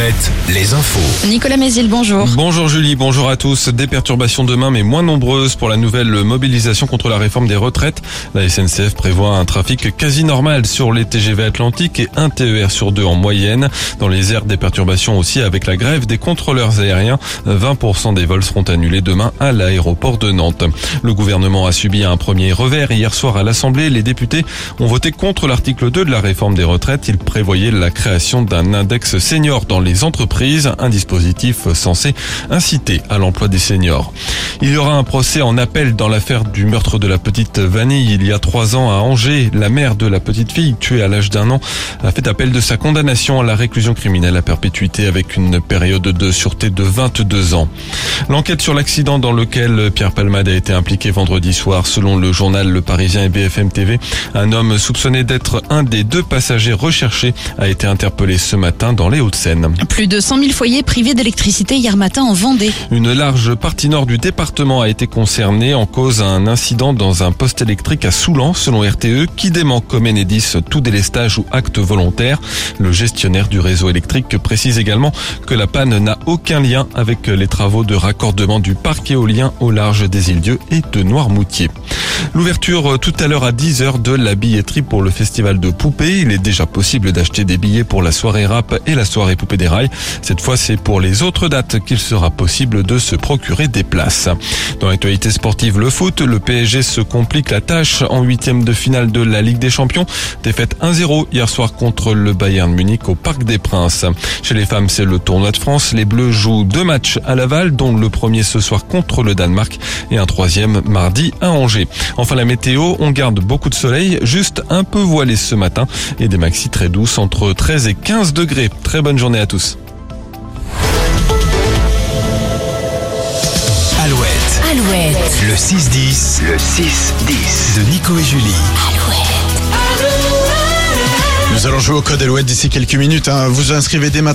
Alouette, les infos. Nicolas Mézil, bonjour. Bonjour Julie, bonjour à tous. Des perturbations demain mais moins nombreuses pour la nouvelle mobilisation contre la réforme des retraites. La SNCF prévoit un trafic quasi normal sur les TGV Atlantique et un TER sur 2 en moyenne. Dans les airs, des perturbations aussi avec la grève des contrôleurs aériens. 20% des vols seront annulés demain à l'aéroport de Nantes. Le gouvernement a subi un premier revers. Hier soir à l'Assemblée, les députés ont voté contre l'article 2 de la réforme des retraites. Il prévoyait la création d'un index senior dans les entreprises, un dispositif censé inciter à l'emploi des seniors. Il y aura un procès en appel dans l'affaire du meurtre de la petite Vanille il y a 3 ans à Angers. La mère de la petite fille, tuée à l'âge d'1 an, a fait appel de sa condamnation à la réclusion criminelle à perpétuité avec une période de sûreté de 22 ans. L'enquête sur l'accident dans lequel Pierre Palmade a été impliqué vendredi soir, selon le journal Le Parisien et BFM TV, un homme soupçonné d'être un des 2 passagers recherchés a été interpellé ce matin dans les Hauts-de-Seine. Plus de 100 000 foyers privés d'électricité hier matin en Vendée. Une large partie nord du département a été concernée en cause un incident dans un poste électrique à Soulan, selon RTE, qui dément comme Enedis tout délestage ou acte volontaire. Le gestionnaire du réseau électrique précise également que la panne n'a aucun lien avec les travaux de raccordement du parc éolien au large des Îles-Dieu et de Noirmoutier. L'ouverture tout à l'heure à 10h de la billetterie pour le festival de poupées. Il est déjà possible d'acheter des billets pour la soirée rap et la soirée poupée des rails. Cette fois, c'est pour les autres dates qu'il sera possible de se procurer des places. Dans l'actualité sportive, le foot, le PSG se complique la tâche en 8e de finale de la Ligue des Champions. Défaite 1-0 hier soir contre le Bayern Munich au Parc des Princes. Chez les femmes, c'est le tournoi de France. Les Bleus jouent 2 matchs à Laval, dont le premier ce soir contre le Danemark et un 3e mardi à Angers. Enfin, la météo, on garde beaucoup de soleil, juste un peu voilé ce matin et des maxis très douces entre 13 et 15 degrés. Très bonne journée à tous. Alouette. Le 6-10. Le 6-10 de Nico et Julie. Nous allons jouer au code Alouette d'ici quelques minutes. Vous inscrivez dès maintenant.